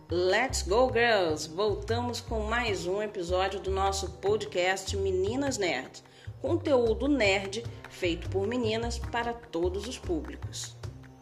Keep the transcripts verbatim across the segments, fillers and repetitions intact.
Let's go, girls! Voltamos com mais um episódio do nosso podcast Meninas Nerd. Conteúdo nerd feito por meninas para todos os públicos.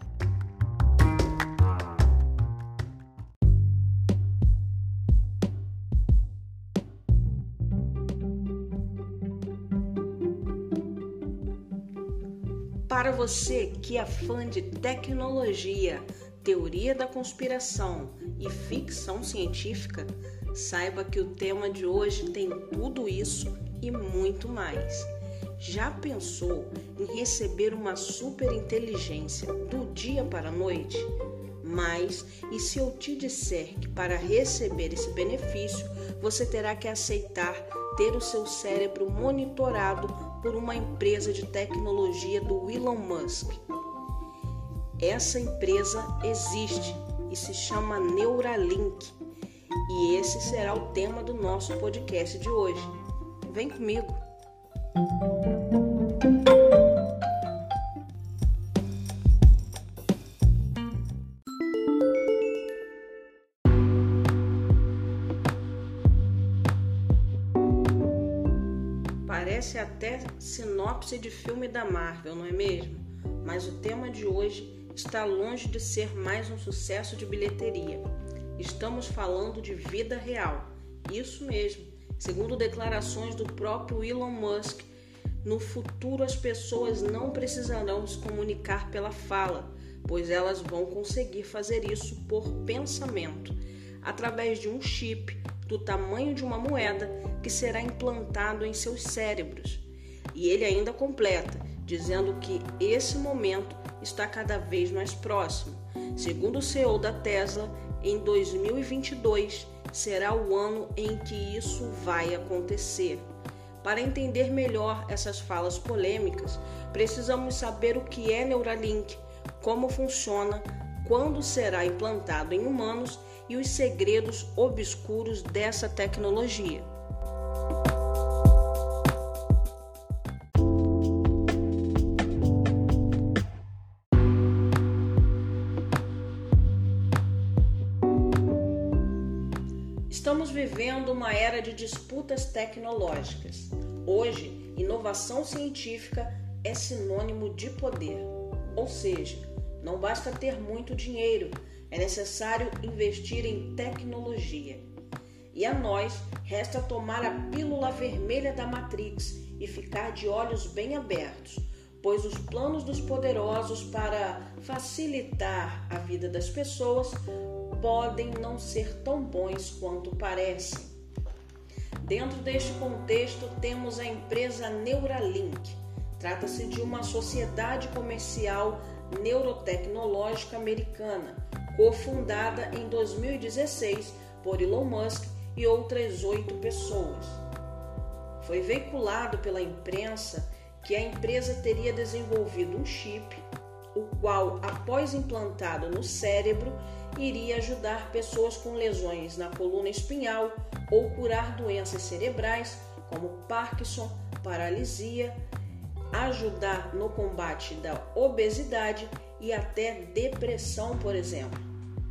Para você que é fã de tecnologia, teoria da conspiração e ficção científica, saiba que o tema de hoje tem tudo isso e muito mais. Já pensou em receber uma superinteligência do dia para a noite? Mas, e se eu te disser que para receber esse benefício, você terá que aceitar ter o seu cérebro monitorado por uma empresa de tecnologia do Elon Musk? Essa empresa existe e se chama Neuralink. E esse será o tema do nosso podcast de hoje. Vem comigo! Parece até sinopse de filme da Marvel, não é mesmo? Mas o tema de hoje está longe de ser mais um sucesso de bilheteria. Estamos falando de vida real. Isso mesmo. Segundo declarações do próprio Elon Musk, no futuro as pessoas não precisarão se comunicar pela fala, pois elas vão conseguir fazer isso por pensamento, através de um chip do tamanho de uma moeda que será implantado em seus cérebros. E ele ainda completa, dizendo que esse momento está cada vez mais próximo. Segundo o C E O da Tesla, em dois mil e vinte e dois será o ano em que isso vai acontecer. Para entender melhor essas falas polêmicas, precisamos saber o que é Neuralink, como funciona, quando será implantado em humanos e os segredos obscuros dessa tecnologia. Estamos vivendo uma era de disputas tecnológicas. Hoje, inovação científica é sinônimo de poder. Ou seja, não basta ter muito dinheiro, é necessário investir em tecnologia. E a nós resta tomar a pílula vermelha da Matrix e ficar de olhos bem abertos, pois os planos dos poderosos para facilitar a vida das pessoas podem não ser tão bons quanto parecem. Dentro deste contexto, temos a empresa Neuralink. Trata-se de uma sociedade comercial neurotecnológica americana, cofundada em dois mil e dezesseis por Elon Musk e outras oito pessoas. Foi veiculado pela imprensa que a empresa teria desenvolvido um chip, o qual, após implantado no cérebro, iria ajudar pessoas com lesões na coluna espinhal ou curar doenças cerebrais como Parkinson, paralisia, ajudar no combate da obesidade e até depressão, por exemplo.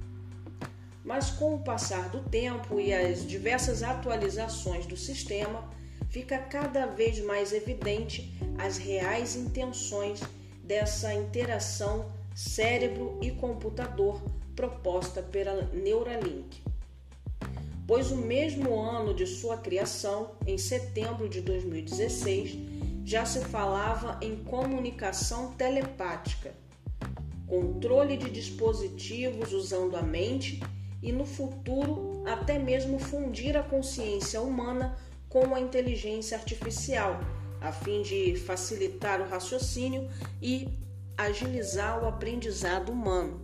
Mas com o passar do tempo e as diversas atualizações do sistema, fica cada vez mais evidente as reais intenções dessa interação cérebro e computador proposta pela Neuralink. Pois o mesmo ano de sua criação, em setembro de dois mil e dezesseis, já se falava em comunicação telepática, controle de dispositivos usando a mente e, no futuro, até mesmo fundir a consciência humana com a inteligência artificial, a fim de facilitar o raciocínio e agilizar o aprendizado humano.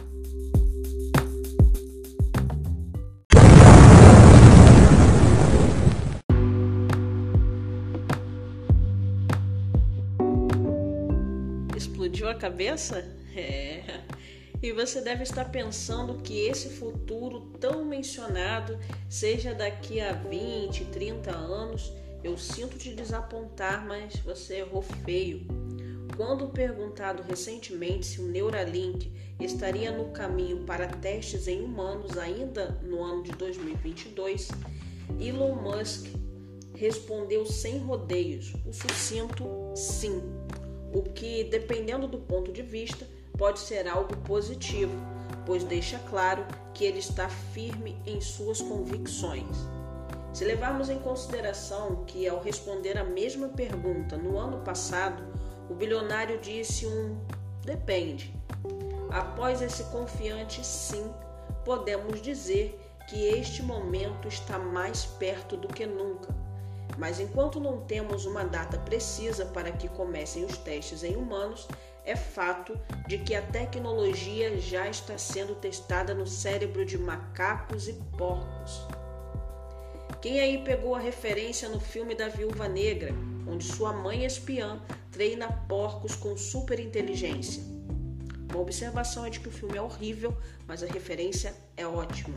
Explodiu a cabeça? É. E você deve estar pensando que esse futuro tão mencionado seja daqui a vinte, trinta anos. Eu sinto te desapontar, mas você errou feio. quando perguntado recentemente se o Neuralink estaria no caminho para testes em humanos ainda no ano de dois mil e vinte e dois, Elon Musk respondeu sem rodeios, o sucinto sim, o que, dependendo do ponto de vista, pode ser algo positivo, pois deixa claro que ele está firme em suas convicções. Se levarmos em consideração que, ao responder a mesma pergunta no ano passado, o bilionário disse um depende. Após esse confiante sim, podemos dizer que este momento está mais perto do que nunca. Mas enquanto não temos uma data precisa para que comecem os testes em humanos, é fato de que a tecnologia já está sendo testada no cérebro de macacos e porcos. Quem aí pegou a referência no filme da Viúva Negra, onde sua mãe espiã treina porcos com superinteligência? Uma observação é de que o filme é horrível, mas a referência é ótima.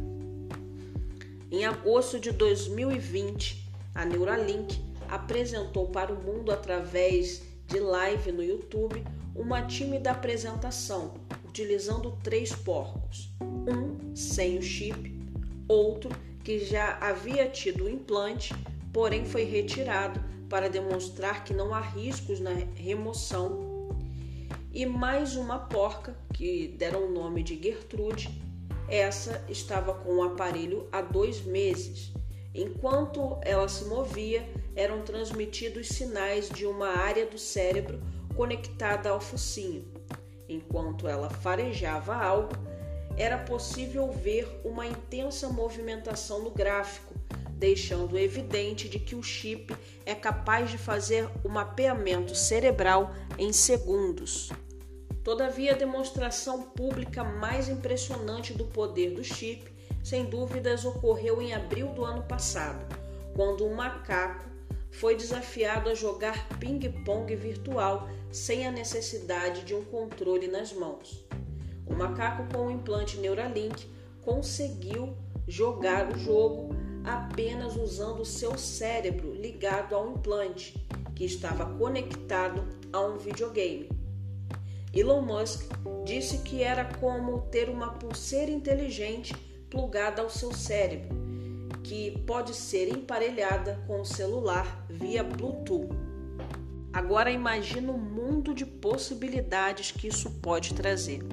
Em agosto de dois mil e vinte, a Neuralink apresentou para o mundo, através de live no YouTube, uma tímida apresentação, utilizando três porcos, um sem o chip, outro que já havia tido o implante, porém foi retirado para demonstrar que não há riscos na remoção, e mais uma porca, que deram o nome de Gertrude. Essa estava com o aparelho há dois meses. Enquanto ela se movia, eram transmitidos sinais de uma área do cérebro conectada ao focinho. Enquanto ela farejava algo, era possível ver uma intensa movimentação no gráfico, deixando evidente de que o chip é capaz de fazer o mapeamento cerebral em segundos. Todavia, a demonstração pública mais impressionante do poder do chip, sem dúvidas, ocorreu em abril do ano passado, quando um macaco foi desafiado a jogar ping-pong virtual sem a necessidade de um controle nas mãos. O macaco com o implante Neuralink conseguiu jogar o jogo apenas usando o seu cérebro ligado ao implante, que estava conectado a um videogame. Elon Musk disse que era como ter uma pulseira inteligente plugada ao seu cérebro, que pode ser emparelhada com o celular via Bluetooth. Agora imagine o mundo de possibilidades que isso pode trazer.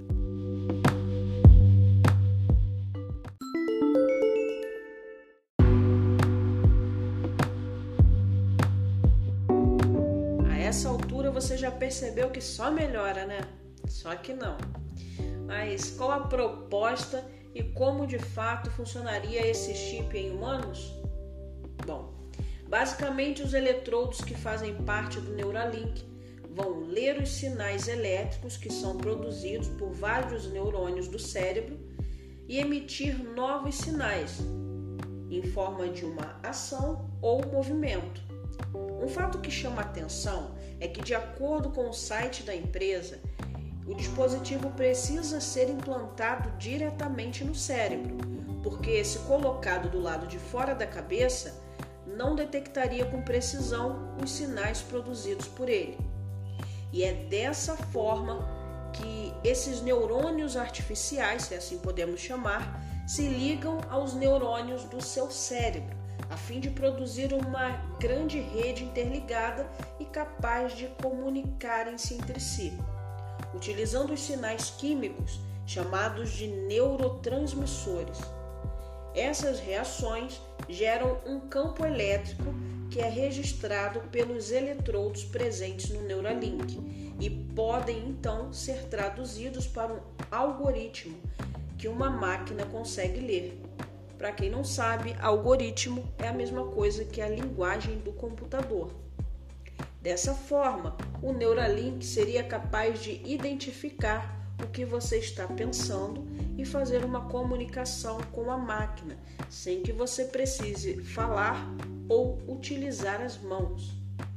A essa altura você já percebeu que só melhora, né? Só que não. Mas qual a proposta e como de fato funcionaria esse chip em humanos? Bom, basicamente os eletrodos que fazem parte do Neuralink vão ler os sinais elétricos que são produzidos por vários neurônios do cérebro e emitir novos sinais em forma de uma ação ou movimento. Um fato que chama a atenção é que, de acordo com o site da empresa, o dispositivo precisa ser implantado diretamente no cérebro, porque, se colocado do lado de fora da cabeça, não detectaria com precisão os sinais produzidos por ele. E é dessa forma que esses neurônios artificiais, se assim podemos chamar, se ligam aos neurônios do seu cérebro, a fim de produzir uma grande rede interligada e capaz de comunicarem-se entre si, utilizando os sinais químicos chamados de neurotransmissores. Essas reações geram um campo elétrico que é registrado pelos eletrodos presentes no Neuralink e podem então ser traduzidos para um algoritmo que uma máquina consegue ler. Para quem não sabe, algoritmo é a mesma coisa que a linguagem do computador. Dessa forma, o Neuralink seria capaz de identificar o que você está pensando e fazer uma comunicação com a máquina, sem que você precise falar ou utilizar as mãos.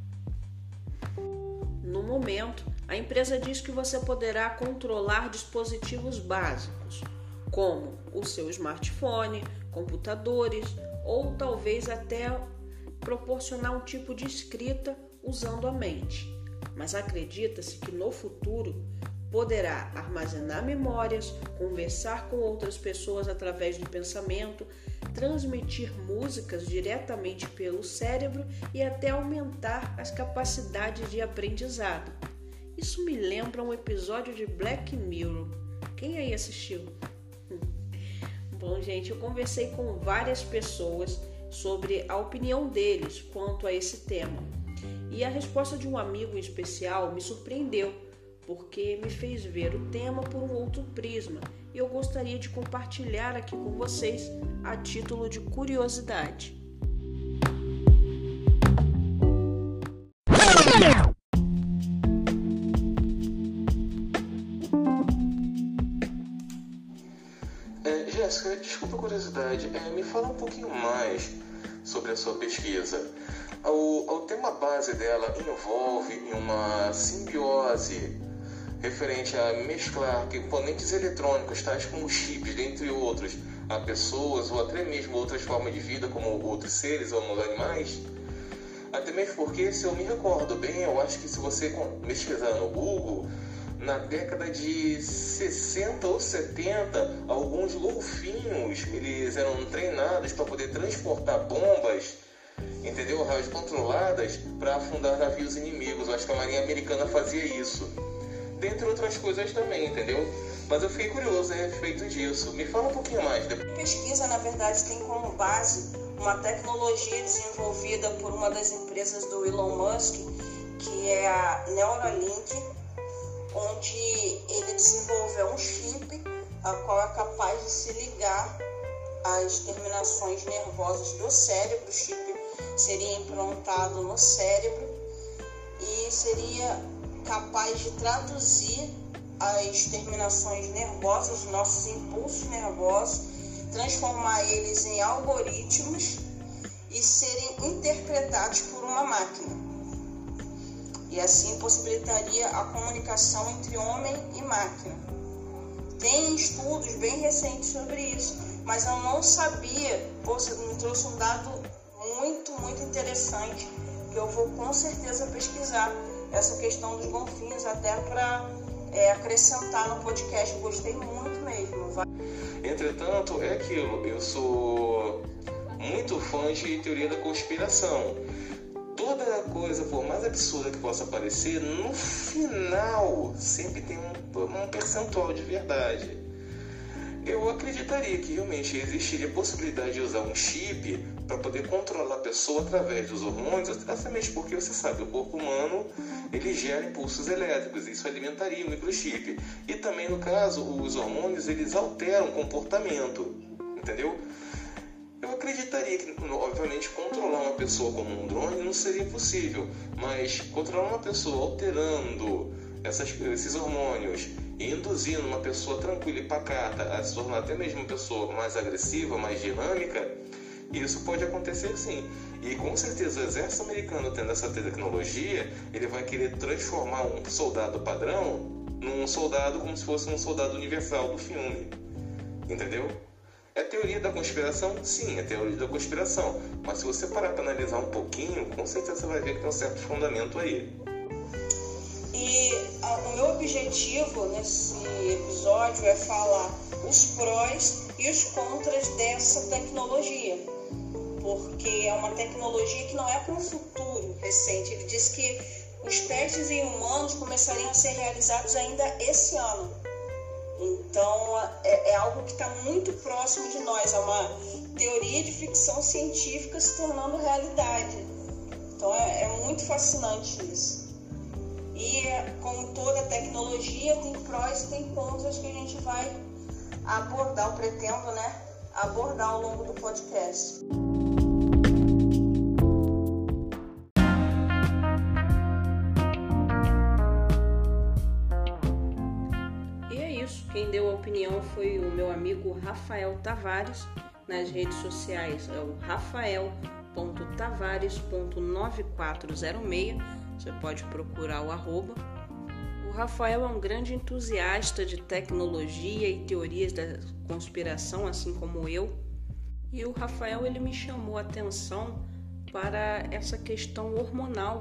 No momento, a empresa diz que você poderá controlar dispositivos básicos, como o seu smartphone, computadores ou talvez até proporcionar um tipo de escrita usando a mente. mas acredita-se que no futuro poderá armazenar memórias, conversar com outras pessoas através do pensamento, transmitir músicas diretamente pelo cérebro e até aumentar as capacidades de aprendizado. Isso me lembra um episódio de Black Mirror. Quem aí assistiu? Bom, gente, eu conversei com várias pessoas sobre a opinião deles quanto a esse tema. E a resposta de um amigo em especial me surpreendeu, porque me fez ver o tema por um outro prisma, e eu gostaria de compartilhar aqui com vocês a título de curiosidade. É, Jéssica, desculpa a curiosidade, é, me fala um pouquinho mais sobre a sua pesquisa. O, o tema base dela envolve uma simbiose referente a mesclar componentes eletrônicos, tais como chips, dentre outros, a pessoas ou até mesmo outras formas de vida, como outros seres ou animais. Até mesmo porque, se eu me recordo bem, eu acho que se você pesquisar no Google, na década de sessenta ou setenta, alguns golfinhos eles eram treinados para poder transportar bombas, entendeu? Raios controladas para afundar navios inimigos. Eu acho que a Marinha Americana fazia isso. Dentre outras coisas também, entendeu? Mas eu fiquei curioso a respeito disso. Me fala um pouquinho mais. A pesquisa, na verdade, tem como base uma tecnologia desenvolvida por uma das empresas do Elon Musk, que é a Neuralink, onde ele desenvolveu um chip a qual é capaz de se ligar às terminações nervosas do cérebro. O chip seria implantado no cérebro e seria capaz de traduzir as terminações nervosas, os nossos impulsos nervosos, transformar eles em algoritmos e serem interpretados por uma máquina. E assim possibilitaria a comunicação entre homem e máquina. Tem estudos bem recentes sobre isso, mas eu não sabia. Pô, você me trouxe um dado muito, muito interessante que eu vou com certeza pesquisar. Essa questão dos golfinhos, até para é, acrescentar no podcast. Eu gostei muito mesmo. Vai. Entretanto, é aquilo, eu sou muito fã de teoria da conspiração. Toda coisa, por mais absurda que possa parecer, no final sempre tem um, um percentual de verdade. Eu acreditaria que realmente existiria a possibilidade de usar um chip para poder controlar a pessoa através dos hormônios, exatamente porque você sabe, o corpo humano ele gera impulsos elétricos, isso alimentaria o microchip. E também, no caso, os hormônios eles alteram o comportamento, entendeu? Eu acreditaria que, obviamente, controlar uma pessoa como um drone não seria possível, mas controlar uma pessoa alterando essas, esses hormônios e induzindo uma pessoa tranquila e pacata a se tornar até mesmo uma pessoa mais agressiva, mais dinâmica, isso pode acontecer sim. E com certeza o exército americano, tendo essa tecnologia, ele vai querer transformar um soldado padrão num soldado como se fosse um soldado universal do filme, entendeu? É teoria da conspiração? Sim, é teoria da conspiração. Mas se você parar para analisar um pouquinho, com certeza você vai ver que tem um certo fundamento aí. E a, o meu objetivo nesse episódio é falar os prós e os contras dessa tecnologia. Porque é uma tecnologia que não é para um futuro recente. Ele diz que os testes em humanos começariam a ser realizados ainda esse ano. Então, é, é algo que está muito próximo de nós. É uma teoria de ficção científica se tornando realidade. Então, é, é muito fascinante isso. E, como toda tecnologia, tem prós e tem contras que a gente vai abordar, eu pretendo, né, abordar ao longo do podcast. Quem deu a opinião foi o meu amigo Rafael Tavares, nas redes sociais é o rafael ponto tavares ponto nove quatro zero seis, você pode procurar o arroba. O Rafael é um grande entusiasta de tecnologia e teorias da conspiração, assim como eu, e o Rafael ele me chamou a atenção para essa questão hormonal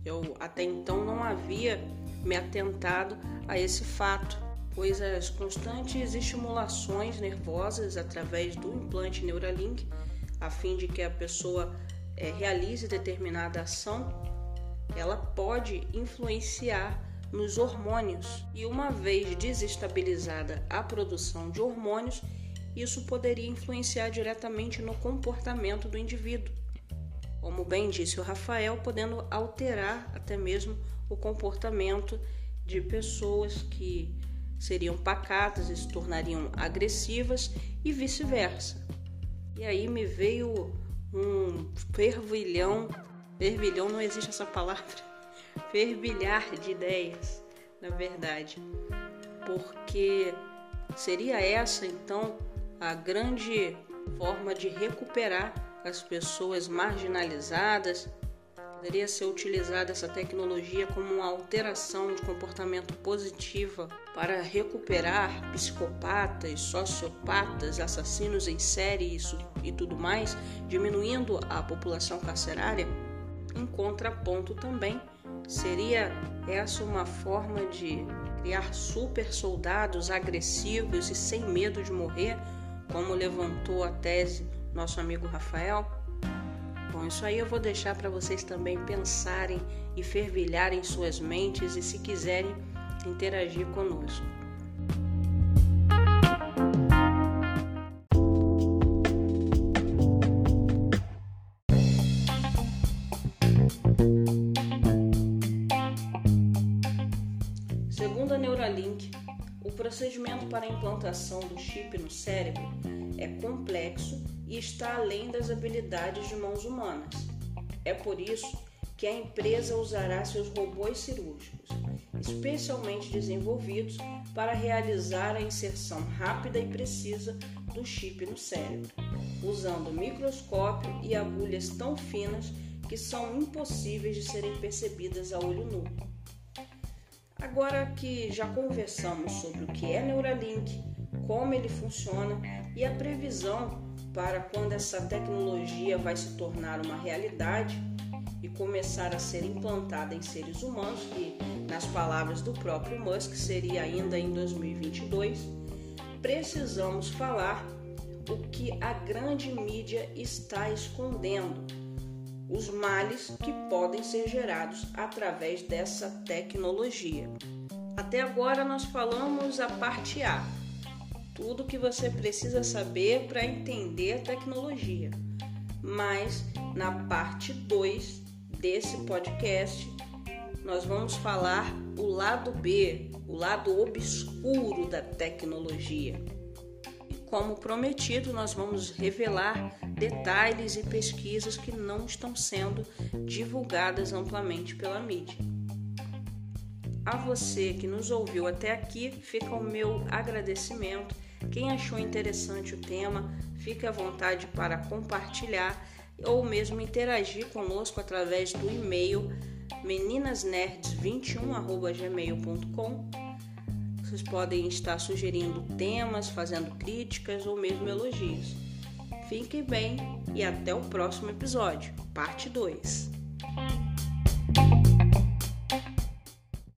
Eu até então não havia me atentado a esse fato, pois as constantes estimulações nervosas através do implante Neuralink, a fim de que a pessoa é, realize determinada ação, ela pode influenciar nos hormônios, e uma vez desestabilizada a produção de hormônios, isso poderia influenciar diretamente no comportamento do indivíduo, como bem disse o Rafael, podendo alterar até mesmo o comportamento de pessoas que seriam pacatas e se tornariam agressivas e vice-versa. E aí me veio um fervilhão, fervilhão não existe essa palavra, fervilhar de ideias, na verdade, porque seria essa então a grande forma de recuperar as pessoas marginalizadas. Poderia ser utilizada essa tecnologia como uma alteração de comportamento positiva para recuperar psicopatas, sociopatas, assassinos em série isso, e tudo mais, diminuindo a população carcerária. Em contraponto também, seria essa uma forma de criar super soldados agressivos e sem medo de morrer, como levantou a tese nosso amigo Rafael? Bom, isso aí eu vou deixar para vocês também pensarem e fervilharem suas mentes e, se quiserem, interagir conosco. Segundo a Neuralink, o procedimento para a implantação do chip no cérebro é complexo e está além das habilidades de mãos humanas. É por isso que a empresa usará seus robôs cirúrgicos, especialmente desenvolvidos para realizar a inserção rápida e precisa do chip no cérebro, usando microscópio e agulhas tão finas que são impossíveis de serem percebidas a olho nu. Agora que já conversamos sobre o que é Neuralink, como ele funciona e a previsão para quando essa tecnologia vai se tornar uma realidade e começar a ser implantada em seres humanos, que, nas palavras do próprio Musk, seria ainda em dois mil e vinte e dois, precisamos falar o que a grande mídia está escondendo, os males que podem ser gerados através dessa tecnologia. Até agora nós falamos a parte A, tudo que você precisa saber para entender a tecnologia. Mas na parte dois desse podcast, nós vamos falar o lado B, o lado obscuro da tecnologia. E como prometido, nós vamos revelar detalhes e pesquisas que não estão sendo divulgadas amplamente pela mídia. A você que nos ouviu até aqui, fica o meu agradecimento. Quem achou interessante o tema, fique à vontade para compartilhar ou mesmo interagir conosco através do e-mail meninasnerds vinte e um arroba gmail ponto com. Vocês podem estar sugerindo temas, fazendo críticas ou mesmo elogios. Fiquem bem e até o próximo episódio, parte dois.